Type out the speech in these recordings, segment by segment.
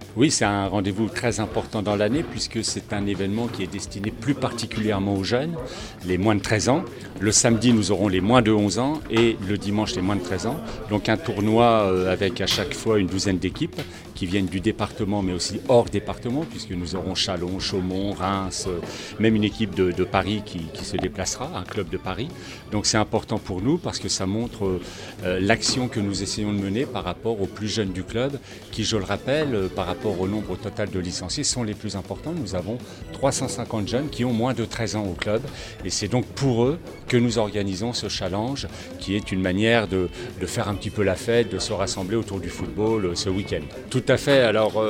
Oui, c'est un rendez-vous très important dans l'année puisque c'est un événement qui est destiné plus particulièrement aux jeunes, les moins de 13 ans. Le samedi, nous aurons les moins de 11 ans et le dimanche, les moins de 13 ans. Donc un tournoi avec à chaque fois une douzaine d'équipes qui viennent du département mais aussi hors département puisque nous aurons Châlons, Chaumont, Reims, même une équipe de Paris qui se déplacera, un club de Paris. Donc c'est important pour nous parce que ça montre l'action que nous essayons de mener par rapport aux plus jeunes du club qui, je le rappelle, par rapport au nombre total de licenciés, sont les plus importants. Nous avons 350 jeunes qui ont moins de 13 ans au club et c'est donc pour eux que nous organisons ce challenge qui est une manière de faire un petit peu la fête, de se rassembler autour du football ce week-end. Tout à fait, alors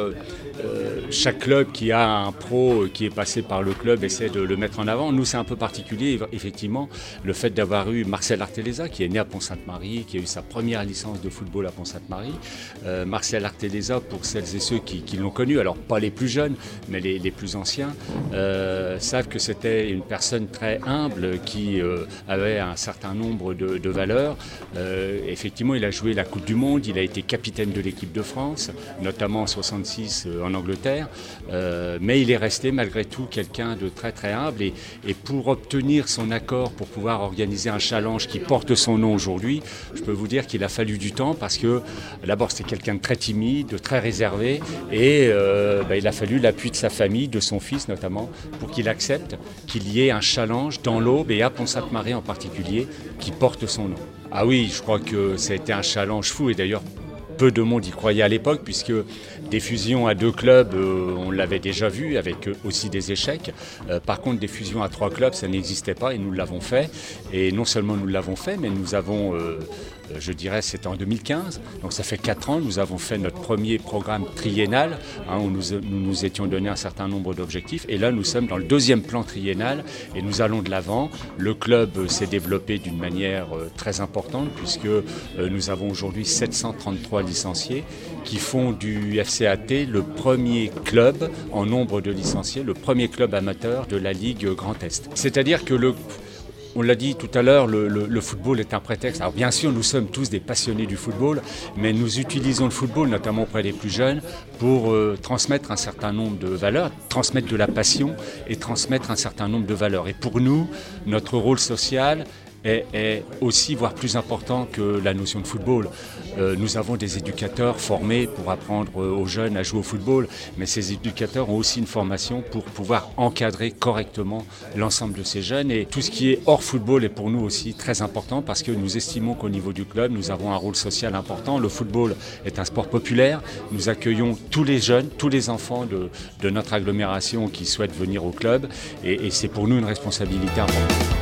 chaque club qui a un pro qui est passé par le club essaie de le mettre en avant. Nous, c'est un peu particulier, effectivement, le fait d'avoir eu Marcel Artelleza qui est né à Pont-Sainte-Marie, qui a eu sa première licence de football à Pont-Sainte-Marie. Marcel Artelleza, pour celles et ceux qui l'ont connu, alors pas les plus jeunes, mais les plus anciens, savent que c'était une personne très humble qui avait un certain nombre de valeurs. Effectivement, il a joué la Coupe du Monde, il a été capitaine de l'équipe de France, notamment en 66 en Angleterre, mais il est resté malgré tout quelqu'un de très très humble et pour obtenir son accord pour pouvoir organiser un challenge qui porte son nom aujourd'hui, je peux vous dire qu'il a fallu du temps parce que d'abord c'était quelqu'un de très timide, de très réservé et il a fallu l'appui de sa famille, de son fils notamment, pour qu'il accepte qu'il y ait un challenge dans l'Aube et à Pont-Sainte-Marie en particulier qui porte son nom. Ah oui, je crois que ça a été un challenge fou et d'ailleurs peu de monde y croyait à l'époque puisque des fusions à 2 clubs, on l'avait déjà vu avec aussi des échecs. Par contre, des fusions à 3 clubs, ça n'existait pas et nous l'avons fait. Et non seulement nous l'avons fait, mais nous avons, je dirais, c'était en 2015. Donc ça fait 4 ans, nous avons fait notre premier programme triennal où nous étions donné un certain nombre d'objectifs. Et là, nous sommes dans le 2e plan triennal et nous allons de l'avant. Le club s'est développé d'une manière très importante puisque nous avons aujourd'hui 733 licenciés qui font du FCAT le premier club en nombre de licenciés, le premier club amateur de la Ligue Grand Est. C'est-à-dire que on l'a dit tout à l'heure, le football est un prétexte. Alors bien sûr, nous sommes tous des passionnés du football, mais nous utilisons le football, notamment auprès des plus jeunes, pour transmettre un certain nombre de valeurs, transmettre de la passion et transmettre un certain nombre de valeurs. Et pour nous, notre rôle social est aussi, voire plus important que la notion de football. Nous avons des éducateurs formés pour apprendre aux jeunes à jouer au football, mais ces éducateurs ont aussi une formation pour pouvoir encadrer correctement l'ensemble de ces jeunes. Et tout ce qui est hors football est pour nous aussi très important parce que nous estimons qu'au niveau du club, nous avons un rôle social important. Le football est un sport populaire. Nous accueillons tous les jeunes, tous les enfants de notre agglomération qui souhaitent venir au club et c'est pour nous une responsabilité importante.